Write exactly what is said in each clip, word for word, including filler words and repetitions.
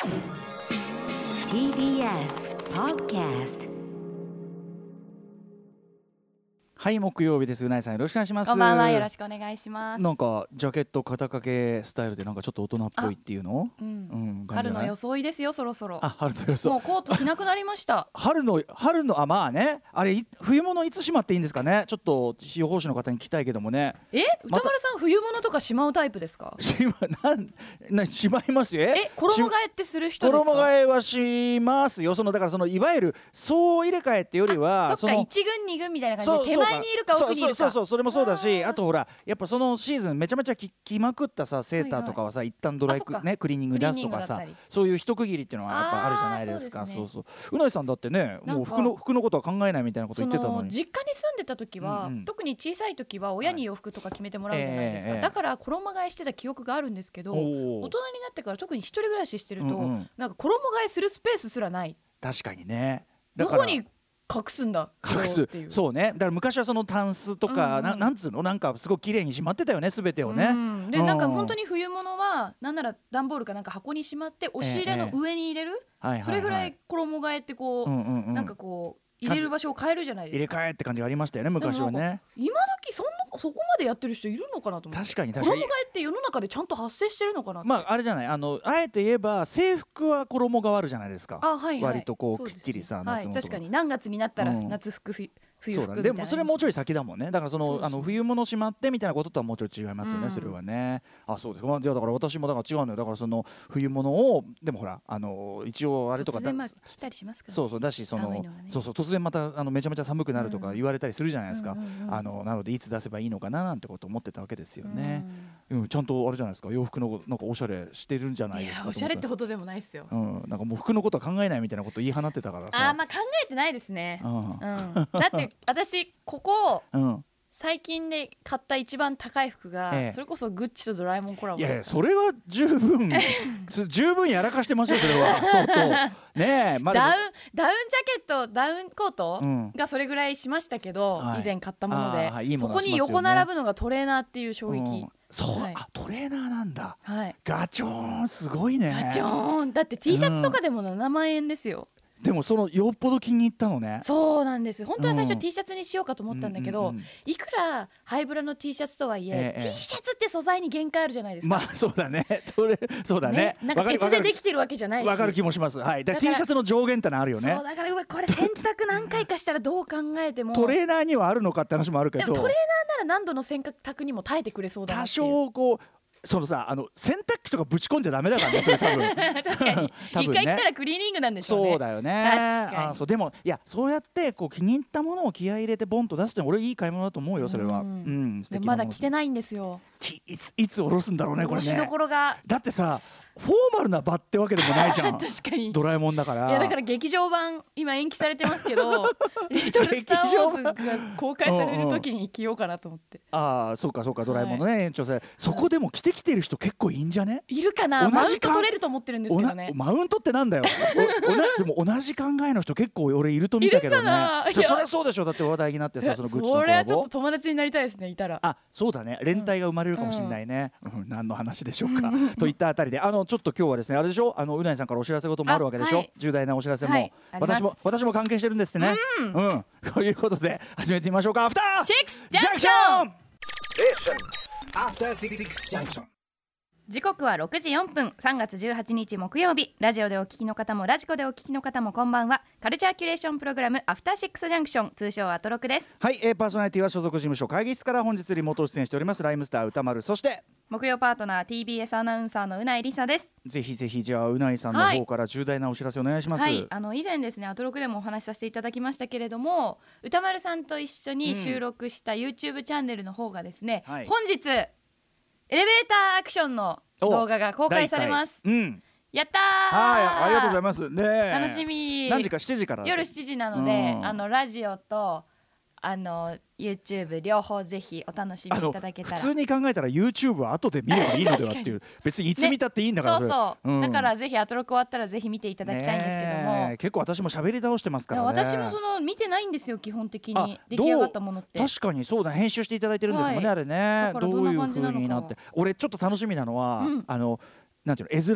ティービーエス Podcast。 はい、木曜日です。うないさんよろしくお願いします。 こんばんは、よろしくお願いします。 なんかジャケット肩掛けスタイルでなんかちょっと大人っぽいっていうの、 うんうん、 春の装いですよ、そろそろ。 あ、春の装い。 もうコート着なくなりました春の春のあまあね、あれ冬物いつしまっていいんですかね。ちょっと予報士の方に聞きたいけどもね。 え、 また歌丸さん冬物とかしまうタイプですか？ しまなんなしまいますよ。 え、衣替えってする人ですか？ 衣替えはしますよ。そのだからそのいわゆる総入れ替えってよりは、 そっか、いち軍に軍みたいな感じで手前にいるか奥にいるか。 そうそうそう、それもそうだし、あとほらやっぱそのシーズンめちゃめちゃ着着まくったさセーターとかはさ、はいはい、一旦ドライクねクリーニング出すとかさ、そういう一区切りっていうのはやっぱあるじゃないですか。そうそう、うなぎさんだってね、もう服の服のことは考えないみたいなこと言ってたのに。 実家に住んでた時は、うんうん、特に小さい時は親に洋服とか決めてもらうじゃないですか、はい、えー、だから衣替えしてた記憶があるんですけど、大人になってから特に一人暮らししてると、うんうん、なんか衣替えするスペースすらない。 確かにね。 だからどこに隠すんだ隠すっていう。そうね、だから昔はそのタンスとか、うんうん、な, なんつうのなんかすごい綺麗にしまってたよね、全てをね、うん、 で、うん、なんか本当に冬物はなんなら段ボールかなんか箱にしまって押し入れの上に入れる、えーえー、それぐらい衣替えってこう、うんうんうん、なんかこう入れる場所を変えるじゃないですか。 入れ替えって感じがありましたよね、昔はね。 今時そんなそこまでやってる人いるのかなと思って。 確かに確かに。 衣替えって世の中でちゃんと発生してるのかなって。 まああれじゃない、あのあえて言えば制服は衣替わるじゃないですか。 あ、はいはい、 割とこうきっちりさ、 ね、夏物、はい、確かに何月になったら夏服、うん、冬服みたいな。 でもそれもうちょい先だもんね。だからそのあの冬物しまってみたいなこととはもうちょい違いますよね、うん、それはね。あ、そうですか。まあ、じゃあだから私もだから違うのよ。だからその冬物をでもほらあの一応あれとか突然まあ来たりしますから、ね、 そうそうだしその、ね、そうそう突然またあのめちゃめちゃ寒くなるとか言われたりするじゃないですか、うんうんうん、あのなのでいつ出せばいいのかななんてこと思ってたわけですよね、うんうん、ちゃんとあれじゃないですか、洋服のなんかおしゃれしてるんじゃないですか。 いやおしゃれってほどでもないですよ、 うん、なんかもう服のことは考えないみたいなこと言い放ってたからさ。 あ、まあ考えてないですね、うんうん、だって私ここ、うん、最近で買った一番高い服が、ええ、それこそグッチとドラえもんコラボです。 いやいやそれは十分十分やらかしてますよ、それは相当ねえ、ま、 ダウンダウンジャケットダウンコートがそれぐらいしましたけど、うん、以前買ったもので、はい、いいものはしますよね。そこに横並ぶのがトレーナーっていう衝撃、うん、 そう、はい、あトレーナーなんだ、はい、ガチョーンすごいね。 ガチョーンだって T シャツとかでもななまん円ですよ、 うん、でもそのよっぽど気に入ったのね。 そうなんです。本当は最初 T シャツにしようかと思ったんだけど、うんうんうん、いくらハイブラの T シャツとはいえ、ええ、T シャツって素材に限界あるじゃないですか。 まあそうだねそうだね、ね、 なんか鉄でできてるわけじゃないし。 わかる気もします、はい、だから T シャツの上限ってのあるよね。 そうだからこれ洗濯何回かしたらどう考えてもトレーナーにはあるのかって話もあるけど、 でもトレーナーなら何度の洗濯にも耐えてくれそうだなっていう。 多少こうそのさあの洗濯機とかぶち込んじゃダメだからね、それ多分確かに一、ね、回来たらクリーニングなんでしょうね。 そうだよね。確かに。あ、そうでもいやそうやってこう気に入ったものを気合い入れてボンと出すって俺いい買い物だと思うよ、それは。うん、うん、 でまだ着てないんですよ。 いついつ下ろすんだろうねこれね。 下ろしどころが。 だってさフォーマルな場ってわけでもないじゃん確かにドラえもんだから。 いやだから劇場版今延期されてますけどリトルスターウォーズが公開される時に着ようかなと思って。 うんうん、ああそうかそうか、ドラえもんのね、はい、延長戦そこでも着てきてる人結構いいんじゃね。 いるかな。マウント取れると思ってるんですけどね。 マウントってなんだよおおなでも同じ考えの人結構俺いると見たけどね。そ, そりゃそうでしょ。だって話題になってさ、そのグッチのコラボ。 それはちょっと友達になりたいですね、いたら。 あ、そうだね、連帯が生まれるかもしれないね、うんうん、何の話でしょうかといったあたりで、あのちょっと今日はですねあれでしょ、あのうなぎさんからお知らせ事もあるわけでしょ、はい、重大なお知らせも、はい、私も私も関係してるんですってね、うん、うん、ということで始めてみましょうか。アフターシックスジャンクション。 アフターシックスジャンクション。 時刻はろくじよんぷん、さんがつじゅうはちにち木曜日。ラジオでお聞きの方もラジコでお聞きの方もこんばんは。カルチャーキュレーションプログラムアフターシックスジャンクション、通称アトロクです。 はい、えー、パーソナリティは所属事務所会議室から本日リモート出演しておりますライムスター歌丸、そして木曜パートナー ティービーエス アナウンサーのうないりさです。 ぜひぜひじゃあうないさんの方から重大なお知らせお願いします。 はい、はい、あの以前ですねアトロクでもお話しさせていただきましたけれども、歌丸さんと一緒に収録した YouTube チャンネルの方がですね、うん、本日エレベーターアクションの動画が公開されます。うん、やったー。 はい、ありがとうございます。ね、 楽しみ。 何時かしちじから。 夜しちじなので、うん、あのラジオとあの YouTube 両方ぜひお楽しみいただけたら。 普通に考えたら YouTube は後で見ればいいのではっていう別にいつ見たっていいんだから、 ね、そうそう、うん、だからぜひアトロク終わったらぜひ見ていただきたいんですけども、 結構私も喋り倒してますからね。 私もその見てないんですよ基本的に出来上がったものって。 確かにそうだ、編集していただいてるんですもんね、はい、あれね。どういう風になって、俺ちょっと楽しみなのは、うん、あのなんていうの絵面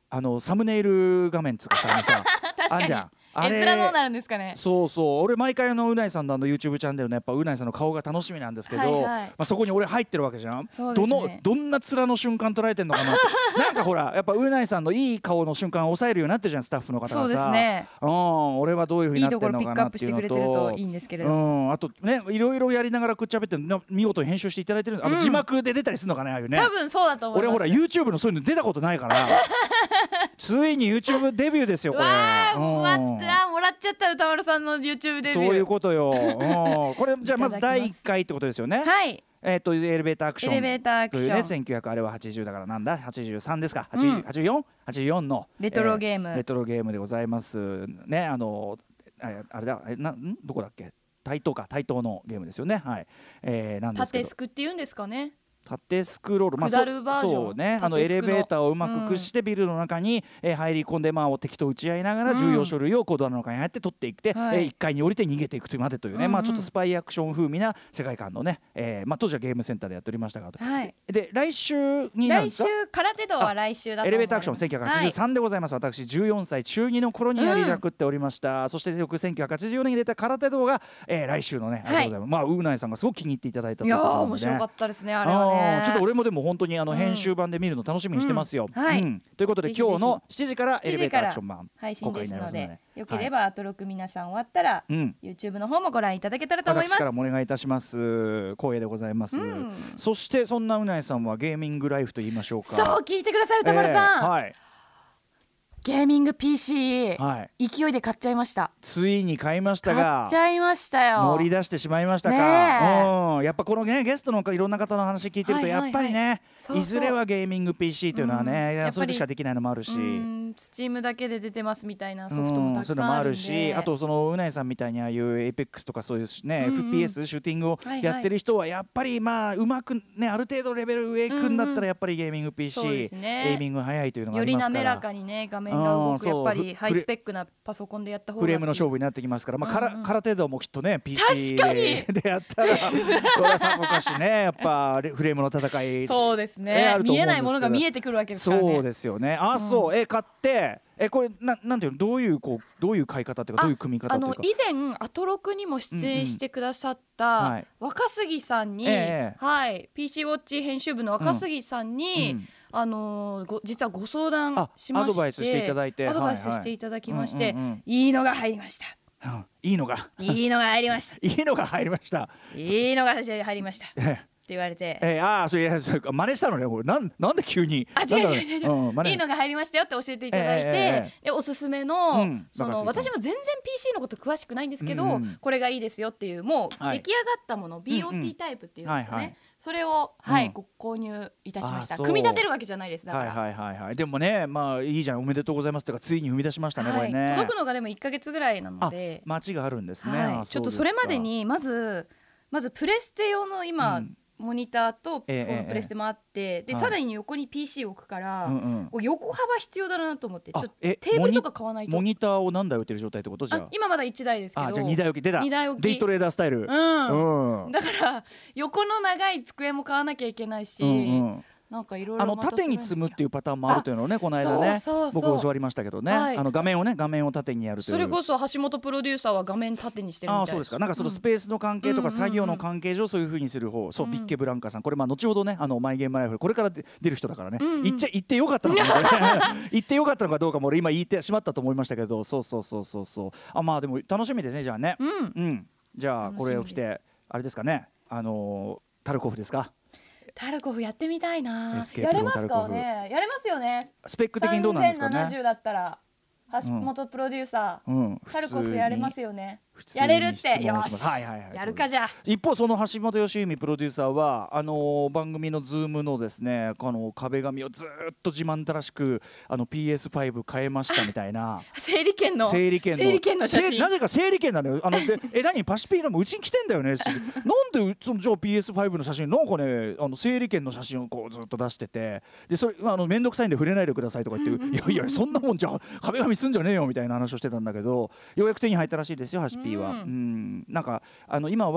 あのサムネイル画面つかさあのさ確かにあんじゃん絵面どうなるんですかね。 そうそう俺毎回のうないさんのあの YouTube チャンネルのやっぱうないさんの顔が楽しみなんですけど、 はいはいまあ、そこに俺入ってるわけじゃん、 そうですね、 どのどんな面の瞬間捉えてんのかなってなんかほらやっぱうないさんのいい顔の瞬間を抑えるようになってるじゃんスタッフの方がさ。 そうですね、 うん、俺はどういう風になってんのかなっていうのといいところピックアップしてくれてるといいんですけれど、 うん、あとねいろいろやりながらくっちゃべって見事に編集していただいてるあの、うん、字幕で出たりするのかねああいうね。 多分そうだと思います。 俺ほら YouTube のそういうの出たことないからついに YouTube デビューですよこれ。 わー、 うん、 またもらっちゃった歌丸さんの YouTube デビュー。 そういうことよ、うん、これじゃあまずだいいっかいってことですよね。 はい、 えー、とエレベーターアクションエレベーターアクションというねせんきゅうひゃくあれははちじゅうだからなんだはちじゅうさんですか、 うん、 はちじゅうよん?はちじゅうよん のレトロゲーム、 えー、レトロゲームでございますね。あのああれだえなんどこだっけ対等か対等のゲームですよね。はい、えー、なんですけど縦スクって言うんですかね。 縦スクロール、まあ、 下るバージョン、 そうね、あのエレベーターをうまく駆使してビルの中に、えー、入り込んで、まあ、敵と打ち合いながら重要書類をコードの中に入って取っていって、うん、えー、いっかいに降りて逃げていくというまでというね、うんうん、まあ、ちょっとスパイアクション風味な世界観のね、えーまあ、当時はゲームセンターでやっておりましたが、はい、で来週になるんですか。 来週空手道は来週だと思います。 エレベーターアクションせんきゅうひゃくはちじゅうさんでございます、はい、私じゅうよんさい中にの頃にやりじゃくっておりました、うん、そして翌せんきゅうひゃくはちじゅうよねんに出た空手道が、えー、来週のね、はい、ありがとうございます。まあ、ウーナイさんがすごく気に入っていただいたということで、ね、いや面白かったですねあれはね。 ちょっと俺もでも本当にあの編集版で見るの楽しみにしてますよ、 うんはい、 うん、ということで今日のしちじからエレベーターアクション版配信ですので、よければアトロク皆さん終わったら、うん、YouTube の方もご覧いただけたらと思います。 私からもお願いいたします。光栄でございます、うん、そしてそんなうないさんはゲーミングライフと言いましょうか。 そう聞いてください歌丸さん、 えーはい、 ゲーミング ピーシー、 はい、 勢いで買っちゃいました。 ついに買いましたが買っちゃいましたよ。 乗り出してしまいましたか、ね、うん、やっぱこの、ね、ゲストのいろんな方の話聞いてるとやっぱりね、はいはいはい、そうそういずれはゲーミング ピーシー というのはね、うん、それでしかできないのもあるし、 スチームだけで出てますみたいなソフトもたくさんあるんで、うん、そういうのもあるし、 あとそのうないさんみたいにああいうエイペックスとかそういうね、うんうん、エフピーエス シューティングをやってる人はやっぱりまあうまくねある程度レベル上行くんだったらやっぱりゲーミング ピーシー、うんうん、ね、ゲーミング早いというのがありますから、 より滑らかにね画面が動く、やっぱりハイスペックなパソコンでやった方がフレームの勝負になってきますから、まあ、から、うんうん、空手道もきっとね ピーシーで, でやったらそれはさもかしねやっぱフレームの戦いそうですね、見えないものが見えてくるわけですからね。 そうですよね。あ、うん、そうえ買ってえこれななんていうのどういうこうどういう買い方っていうかどういう組み方っていうか、あの以前アトロクにも出演してくださった、うんうん、若杉さんに、えー、はい ピーシー ウォッチ編集部の若杉さんに、うんうん、あのー、ご実はご相談しまして、 アドバイスしていただいてアドバイスしていただきまして、はいはい、うんうんうん、いいのが入りました。 うん、いいのがいいのが入りましたいいのが入りましたいいのが入りましたって言われて、 えー、ああそういやそれ真似したのね。これなんなんで急にあ違う違う違う、うん、いいのが入りましたよって教えていただいて、えー、でおすすめの、うん、その私も全然 ピーシー のこと詳しくないんですけど、うんうん、これがいいですよっていうもう出来上がったもの、はい、ビーオーティー タイプっていうんですかね、はいはい、それを、はい、うん、ご購入いたしました。組み立てるわけじゃないですだから、 はいはいはいはい、でもねまあいいじゃんおめでとうございますというかついに踏み出しましたね、はい、これね届くのがでもいっかげつぐらいなので待ちがあるんですね、 はい、ちょっとそれまでにまずまずプレステ用の今、うん、モニターとプレステもあって、ええ、で、はい、さらに横に ピーシー 置くから、うんうん、横幅必要だなと思ってちょっとテーブルとか買わないと。 モニターを何台置いてる状態ってことじゃあ今まだいちだいですけど、 あじゃあにだい置き出たにだい置きデイトレーダースタイル、 うんうん、だから横の長い机も買わなきゃいけないし、うんうん、なんかいろいろあの縦に積むっていうパターンもあるというのをねこの間ねそうそうそう僕教わりましたけどね、はい、あの画面をね画面を縦にやるという。 それこそ橋本プロデューサーは画面縦にしてるみたいです。 あそうですか。なんかそのスペースの関係とか作業の関係上そういう風にする方、うんうんうん、そうビッケブランカさんこれまあ後ほどねあのマイゲームライフこれから出る人だからね、うんうん、言っちゃ言ってよかったのか言ってよかったのかどうかも俺今言ってしまったと思いましたけどそうそうそうそうそうあまあでも楽しみですねじゃあね、うんうん、じゃあこれを着てあれですかねあのー、タルコフですか。 タルコフやってみたいな。やれますかね。やれますよね。 スペック的にどうなんですかね。 さんぜんななじゅうだったら橋本プロデューサー、うん、タルコフやれますよね。やれるってよし、はいはいはい、やるかじゃ。 一方その橋本良文プロデューサーはあのー、番組のズームのですねあの壁紙をずっと自慢たらしくあの ピーエスファイブ 変えましたみたいな整理券の整理券の整理券の写真なぜか整理券なのよ。あのでえ何パシピーのもうちに来てんだよねなんでそのじゃあ ピーエスファイブ の写真なんかねあの整理券の写真をこうずっと出しててでそれあの面倒くさいんで触れないでくださいとか言っていやいやそんなもんじゃ壁紙すんじゃねえよみたいな話をしてたんだけどようやく手に入ったらしいですよハシピーは。うん、うん、なんかあの今は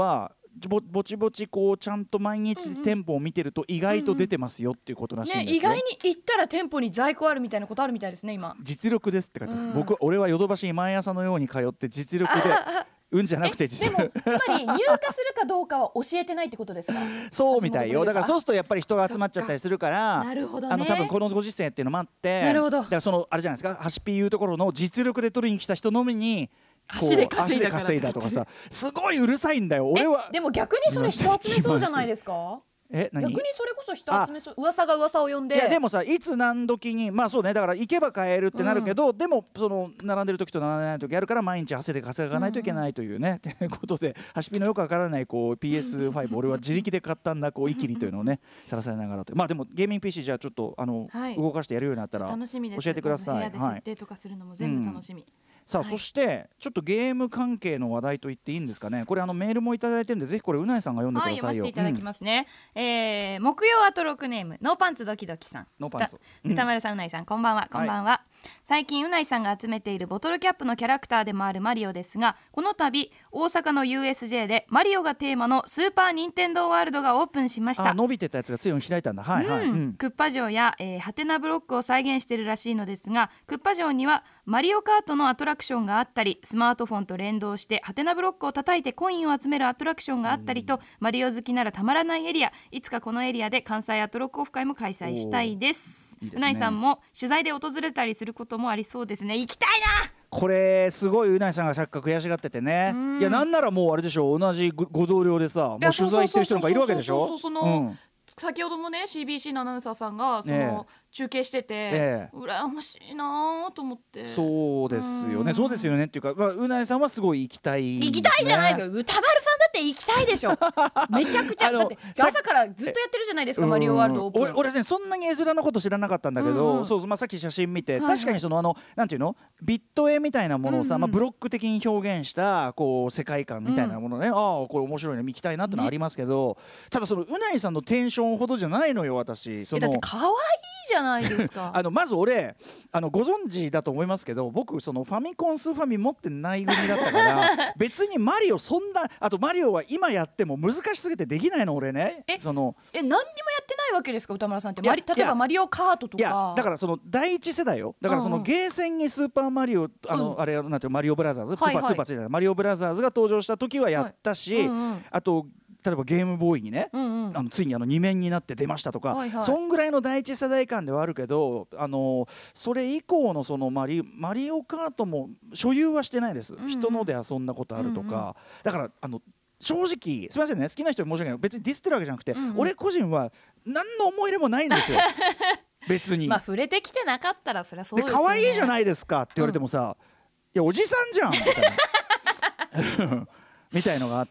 ぼ, ぼちぼちこうちゃんと毎日店舗を見てると意外と出てますよっていうことらしいんですよ、 ね、意外に行ったら店舗に在庫あるみたいなことあるみたいですね今。 実力ですって書いてます、 うん、 僕俺はヨドバシに毎朝のように通って実力でうんじゃなくて実力。でもつまり入荷するかどうかは教えてないってことですかそうみたいよ。だからそうするとやっぱり人が集まっちゃったりするからなるほど、ね、 あの多分このご時世っていうのもあってなるほど。 だからそのあれじゃないですか、ハシピーいうところの実力で取りに来た人のみに足で稼いだから足で稼いだとかさ、すごいうるさいんだよ俺は。 でも逆にそれ人集めそうじゃないですか。 え何逆にそれこそ人集めそう、噂が噂を呼んで。 いやでもさ、いつ何時にまあそうね、だから行けば買えるってなるけど、うん、でもその並んでる時と並んでない時あるから毎日汗で稼がないといけないというね、と、うん、いうことでハシピのよくわからないこう ピーエスファイブ 俺は自力で買ったんだこうイキリというのをねさらされながらと。まあでもゲーミング ピーシー じゃあちょっとあの、はい、動かしてやるようになったら教えてください。 部屋で設定とかするのも全部楽しみ、はい、 さあ、はい、そしてちょっとゲーム関係の話題と言っていいんですかね。これあのメールもいただいてるんでぜひこれうないさんが読んでくださいよ。 はい、読ませていただきますね、うん、えー、木曜アトロクネームノーパンツドキドキさん。 ノーパンツ、 歌丸さん、うないさんこんばんは。こんばんは、はい、最近うないさんが集めているボトルキャップのキャラクターでもあるマリオですが、この度大阪の ユーエスジェー でマリオがテーマのスーパーニンテンドーワールドがオープンしました。 あ、伸びてたやつがついに開いたんだ。はいはい、うんうん、 クッパ城や、えー、ハテナブロックを再現しているらしいのですが、クッパ城にはマリオカートのアトラクションがあったり、スマートフォンと連動してハテナブロックを叩いてコインを集めるアトラクションがあったりと、マリオ好きならたまらないエリア。いつかこのエリアで関西アトロックオフ会も開催したいです。いいですね、うないさんも取材で訪れたりすることもありそうですね。行きたいな。 これすごいうないさんがさっきから悔しがっててね、いやなんならもうあれでしょ、同じご同僚でさもう取材してる人なんかいるわけでしょ。 先ほどもね シービーシー のアナウンサーさんがその、ね、中継してて、ええ、羨ましいなと思って。 そうですよね、そうですよねっていうか、まあ、うないさんはすごい行きたい、ね、 行きたいじゃないですか。歌丸さんだって行きたいでしょめちゃくちゃだって朝からずっとやってるじゃないですかマリオワールドオープン。 俺, 俺ねそんなに絵面のこと知らなかったんだけど、うんうん、そう、まあ、さっき写真見て、はいはい、確かにそのあのなんていうのビット絵みたいなものをさ、うんうん、まあ、ブロック的に表現したこう世界観みたいなものね、うん、ああこれ面白いね行きたいなってのはありますけど、ね、ただそのうないさんのテンションほどじゃないのよ私。そのだって可愛いじゃないですかあのまず俺あのご存知だと思いますけど、僕そのファミコンスーファミ持ってない組だったから別にマリオそんな、あとマリオは今やっても難しすぎてできないの俺ね。 えそのえ何にもやってないわけですか歌丸さんって。マリ例えばマリオカートとか。いやだからその第一世代よ。だからそのゲーセンにスーパーマリオあの、うん、あれなんていうマリオブラザーズ、はいはい、スーパースーパーじゃないマリオブラザーズが登場した時はやったし、はい、うんうん、あと例えばゲームボーイにね、うんうん、あのついにあのに面になって出ましたとか、はいはい、そんぐらいの第一世代間ではあるけど、あのそれ以降のそのマリ、マリオカートも所有はしてないです、うんうん、人ので遊んだことあるとか、うんうん、だからあの正直すみませんね、好きな人に申し訳ない、別にディスってるわけじゃなくて、うんうん、俺個人は何の思い入れもないんですよ別に。 まあ触れてきてなかったらそりゃそうですよね。 で可愛いじゃないですかって言われてもさ、うん、いやおじさんじゃんみたいなみたいのがあって。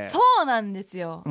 そうなんですよ、うん、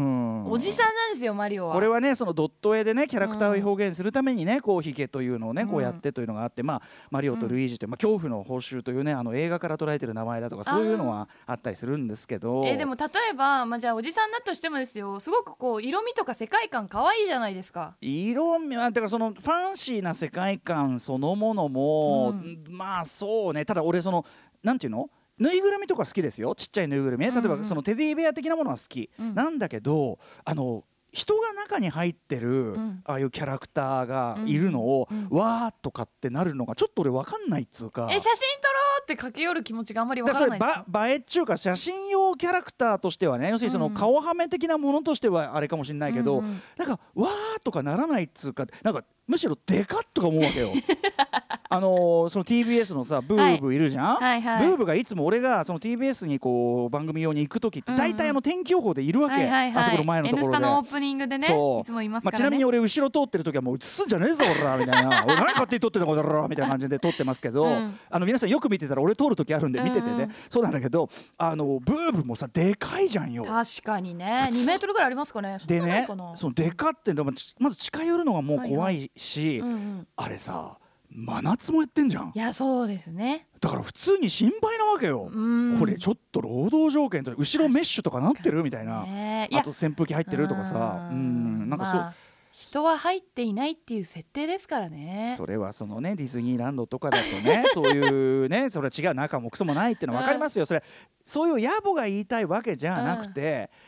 おじさんなんですよマリオは。 これはねそのドット絵でねキャラクターを表現するためにね、うん、こうヒゲというのをねこうやってというのがあって、まあ、マリオとルイージという、まあ、恐怖の報酬というねあの映画から捉えてる名前だとかそういうのはあったりするんですけど、 えー、でも例えば、まあ、じゃあおじさんだとしてもですよ、すごくこう色味とか世界観可愛いじゃないですか。 色味はだからそのファンシーな世界観そのものも、うん、まあそうね。ただ俺そのなんていうのぬいぐるみとか好きですよ。ちっちゃいぬいぐるみ、例えばそのテディベア的なものは好き、うん、なんだけどあの人が中に入ってる、うん、ああいうキャラクターがいるのを、うんうん、わーとかってなるのがちょっと俺分かんないっつうか、 え写真撮ろうって駆け寄る気持ちがあんまり分からないですか。 それ映えっちゅうか写真用キャラクターとしてはね、要するにその顔はめ的なものとしてはあれかもしれないけど、うんうん、なんかわーとかならないっつうか、なんかむしろデカッとか思うわけよあのー、その ティービーエス のさブーブいるじゃん、はいはいはい、ブーブがいつも俺がその ティービーエス にこう番組用に行く時って大体あの天気予報でいるわけ、うんうんはいはいはい、あそこの前のところで N スタのオープニングでねいつもいますからね、 まあ、ちなみに俺後ろ通ってる時はもう映すんじゃねえぞ俺らみたいな俺何勝手に撮ってんだこれらみたいな感じで撮ってますけど、うん、あの皆さんよく見てたら俺通る時あるんで見ててね、うんうん、そうなんだけどあのブーブもさでかいじゃんよ。 確かにねにメートルぐらいありますかね。 でねそのでかってまず近寄るのがもう怖いし、はいはいうんうん、あれさ真夏もやってんじゃん。 いやそうですね。 だから普通に心配なわけよ。これちょっと労働条件と後ろメッシュとかなってるみたいな、あと扇風機入ってるとかさ、うんなんかそう、まあ、 人は入っていないっていう設定ですからね。 それはそのねディズニーランドとかだとねそういうねそれは違う中もクソもないっていうのは分かりますよ。それそういう野暮が言いたいわけじゃなくて、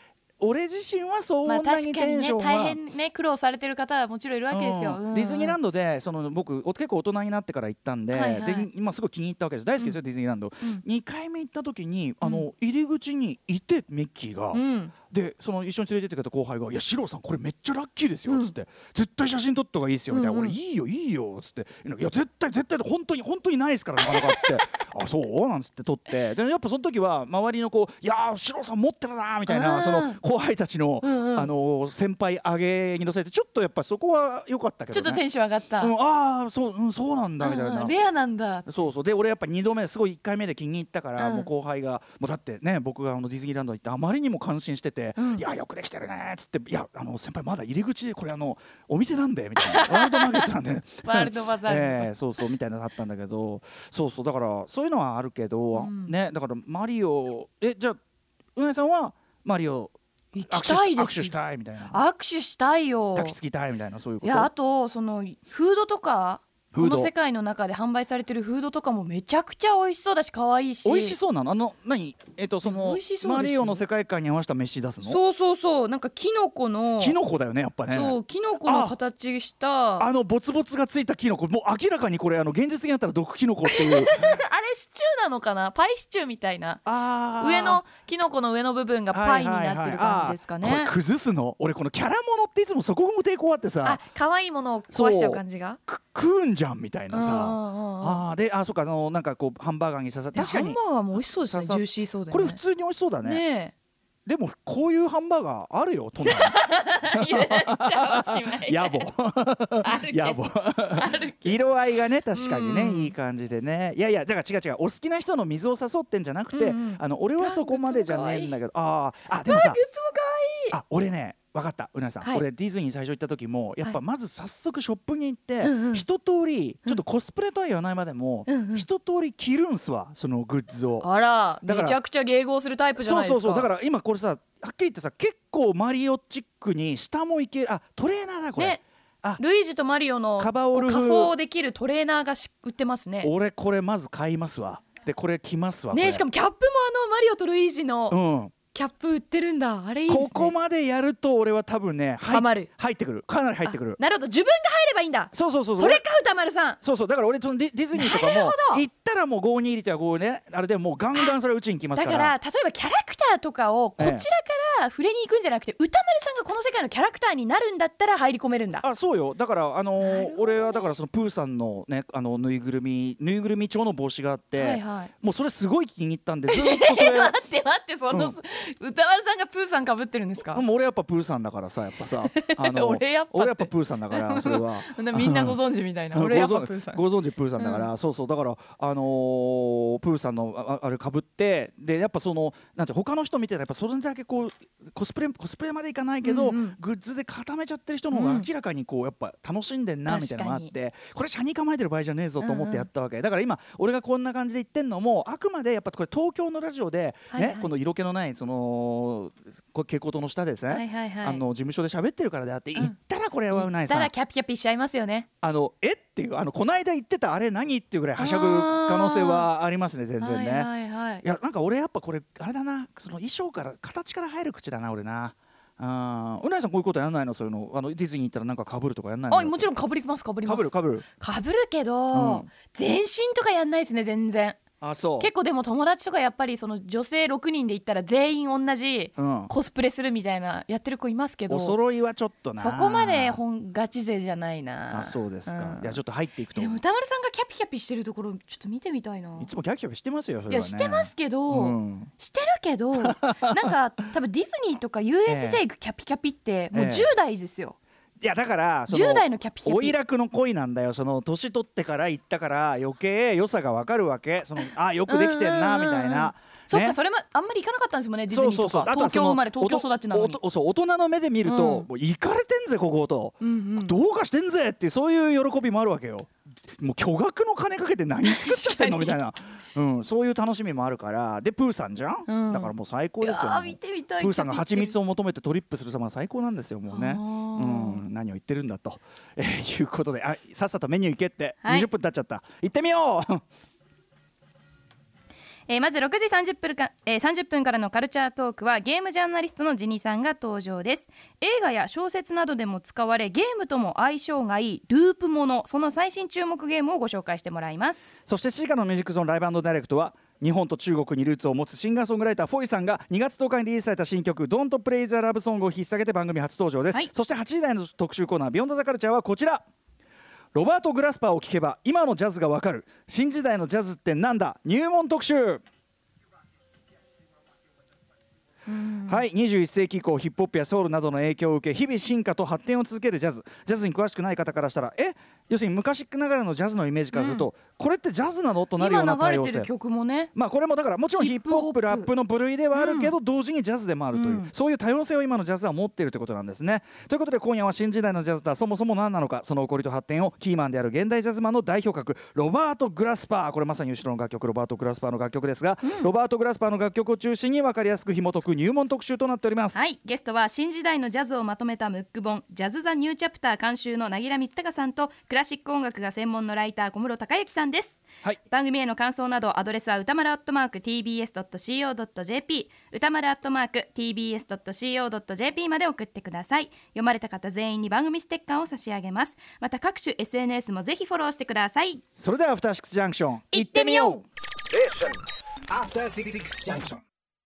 俺自身はそんなまあ確にかにねテンションは、 大変ね苦労されてる方はもちろんいるわけですよ、 うんうん、 ディズニーランドでその僕結構大人になってから行ったんで、 はいはい、 で今すごい気に入ったわけです。大好きですよ、うん、ディズニーランド、うん、にかいめ行った時にあの、うん、入り口にいてミッキーが、うん、でその一緒に連れてってくれた後輩が「いやシローさんこれめっちゃラッキーですよ」っつって、うん、絶対写真撮った方がいいですよみたいな、うんうん、俺いいよいいよっつって、いや絶対絶対本当に本当にないですからなかなかっつってあそうなんつって撮って、でやっぱその時は周りのこういやーシローさん持ってるなみたいなその後輩たちの、うんうん、あの先輩上げに乗せてちょっとやっぱそこは良かったけどね、 ちょっとテンション上がった、 うん、ああそう、うん、そうなんだみたいな、うんうん、 レアなんだ、 そうそうで俺やっぱにどめすごいいっかいめで気に入ったから、うん、もう後輩がもうだってね僕があのディズニーランド行ってあまりにも感心してて、うん、いやよくできてるねっつって、いやあの先輩まだ入り口でこれあのお店なんでみたいなワールドマーケットなんでワールドバザール、 えー、そうそうみたいなのあったんだけど、そうそうだからそういうのはあるけど、うん、ねだからマリオえじゃあうなぎさんはマリオ行きたいです、 握手したいみたいな、 握手したいよ、 抱きつきたいみたいな、そういうこと。 いやあとそのフードとかこの世界の中で販売されてるフードとかもめちゃくちゃ美味しそうだし可愛いし、 美味しそうなのあの何えっとそのマリオの世界観に合わせた飯出すの？ そうそうそう、なんかキノコのキノコだよねやっぱね。 そうキノコの形したあ, あのボツボツがついたキノコ、もう明らかにこれあの現実的にあったら毒キノコっていうあれシチューなのかな、パイシチューみたいな、 あ上のキノコの上の部分がパイになってる感じですかね、はいはいはい、 これ崩すの俺このキャラものっていつもそこも抵抗あってさ、 あ可愛いものを壊しちゃう感じが食うんじゃんみたいなさ、ああであそうかあのなんかこうハンバーガーに刺さって確かにハンバーガーも美味しそうですね、ジューシーそうで、ね、 これ普通に美味しそうだね。 ねえでもこういうハンバーガーあるよ都内言っちゃおしまい野暮野暮色合いがね確かにね、うん、いい感じでね、いやいやだから違う違うお好きな人の水を誘ってんじゃなくて、うんうん、あの俺はそこまでじゃねえんだけど、ああでもさグッズも可愛い、 あ俺ね分かったうなぎさん、はい、俺ディズニー最初行った時もやっぱまず早速ショップに行って、はい、一通りちょっとコスプレとは言わないまでも、うんうん、一通り着るんすわそのグッズを。 あらめちゃくちゃ迎合するタイプじゃないですか。 そうそうそうだから今これさはっきり言ってさ結構マリオチックに下もいける、あトレーナーだこれ、ね、あルイージとマリオの仮装できるトレーナーがし売ってますね。 俺これまず買いますわ。でこれ着ますわね、しかもキャップもあのマリオとルイージの、うんキャップ売ってるんだ、あれいいですね。 ここまでやると俺は多分ねハマる入ってくる、かなり入ってくる。 なるほど、自分が入ればいいんだ。 そうそうそうそれか歌丸さん。 そうそうだから俺そのディ、ディズニーとかも行ったらもうごに入りとはごねあれでもうガンガンそれうちに来ますから。 だから例えばキャラクターとかをこちらから触れに行くんじゃなくて、歌丸さんがこの世界のキャラクターになるんだったら入り込めるんだ。 あそうよだからあのー、俺はだからそのプーさんのねあのぬいぐるみぬいぐるみ調の帽子があって、はいはい、もうそれすごい気に入ったんでずっとそれ待って待ってその、うん、歌丸さんがプーさん被ってるんですか。 もう俺やっぱプーさんだからさやっぱさあの俺やっぱ俺やっぱプーさんだからそれはみんなご存知みたいな俺やっぱプーさんご存知プーさんだから、うん、そうそうだからあのー、プーさんの あ, あれ被ってでやっぱそのなんて他の人見てたらやっぱそれだけこうコスプレコスプレまでいかないけど、うんうん、グッズで固めちゃってる人の方が明らかにこうやっぱ楽しんでんなみたいなのがあって、これ車に構えてる場合じゃねえぞと思ってやったわけ、うんうん、だから今俺がこんな感じで言ってんのもあくまでやっぱこれ東京のラジオでね、はいはい、この色気のないその蛍光灯の下でですね、はいはいはい、あの事務所で喋ってるからであって、うん、言ったらこれはうないさん言ったらキャピキャピしちゃいますよね。 あのえっていうあのこの間言ってたあれ何っていうぐらいはしゃぐ可能性はありますね全然ね、はいはいはい、いやなんか俺やっぱこれあれだなその衣装から形から入る口だな俺な。あうなぎさんこういうことやらないの？そういうのあのディズニー行ったらなんか被るとかやらないの？ あもちろん被ります被ります被る被る被るけど、うん、全身とかやんないですね全然。 あそう結構でも友達とかやっぱりその女性ろくにんで行ったら全員同じコスプレするみたいなやってる子いますけど、 お揃いはちょっとなそこまで本ガチ勢じゃないな。 あそうですか、うん、いやちょっと入っていくとでも歌丸さんがキャピキャピしてるところちょっと見てみたいな。 いつもキャピキャピしてますよそれは、ね、 いやしてますけど、うん、してるけどなんか多分ディズニーとか ユーエスジェー 行くキャピキャピってもうじゅう代ですよ、ええいやだからそのじゅう代のキャピキャピおいらくの恋なんだよ。その年取ってから行ったから余計良さが分かるわけ。そのあよくできてんなみたいな、ね、 そっかそれもあんまり行かなかったんですもんねディズニーとか。そうそうそう東京生まれ東京育ちなのにおそう大人の目で見ると、うん、もう行かれてんぜここと、うんうん、どうかしてんぜっていうそういう喜びもあるわけよ。もう巨額の金かけて何作っちゃってんのみたいな、うん、そういう楽しみもあるからでプーさんじゃん、うん、だからもう最高ですよ、ね、 見てみたいプーさんが蜂蜜を求めてトリップする様は最高なんですよもうね、うん、何を言ってるんだと、えー、いうことであさっさとメニュー行けって、はい、にじゅっぷん経っちゃった行ってみようえー、まずろくじさんじゅっぷんか、えー、さんじゅっぷんからのカルチャートークはゲームジャーナリストのジニさんが登場です。映画や小説などでも使われゲームとも相性がいいループもの、その最新注目ゲームをご紹介してもらいます。 そしてしちじからのミュージックゾーンライブ&ダイレクトは日本と中国にルーツを持つシンガーソングライターフォイさんがにがつとおかにリリースされた新曲 Don't Play the Love Song を引っ提げて番組初登場です、はい、そしてはちじ台の特集コーナービヨンドザカルチャーはこちら。ロバート・グラスパーを聴けば今のジャズがわかる、新時代のジャズってなんだ入門特集。はい、にじゅういっ世紀以降ヒップホップやソウルなどの影響を受け日々進化と発展を続けるジャズ。ジャズに詳しくない方からしたらえ要するに昔ながらのジャズのイメージからすると、うん、これってジャズなのとなるような対応性。 今流れてる曲もね、 まあこれもだからもちろんヒップホップラップの部類ではあるけど、うん、同時にジャズでもあるという、うん、そういう多様性を今のジャズは持っているということなんですね。ということで今夜は新時代のジャズとはそもそも何なのか、その起こりと発展をキーマンである現代ジャズマンの代表格ロバート・グラスパー、これまさに後ろの楽曲ロバート・グラスパーの楽曲ですが、うん、ロバート・グラスパーの楽曲を中心に分かりやすく紐解く入門特集となっております。 はい、ゲストは新時代のジャズをまとめたムック本ジャズ・ザ・ニューチャプター監修の凪良光隆さんとクラシック音楽が専門のライター小室孝之さんです、はい、番組への感想などアドレスは歌丸アットマーク ティービーエスドットシーオードットジェーピー 歌丸アットマーク ティービーエスドットシーオードットジェーピー まで送ってください。読まれた方全員に番組ステッカーを差し上げます。また各種 エスエヌエス もぜひフォローしてください。 それではアフターシックスジャンクション行ってみよう。 After Six Junction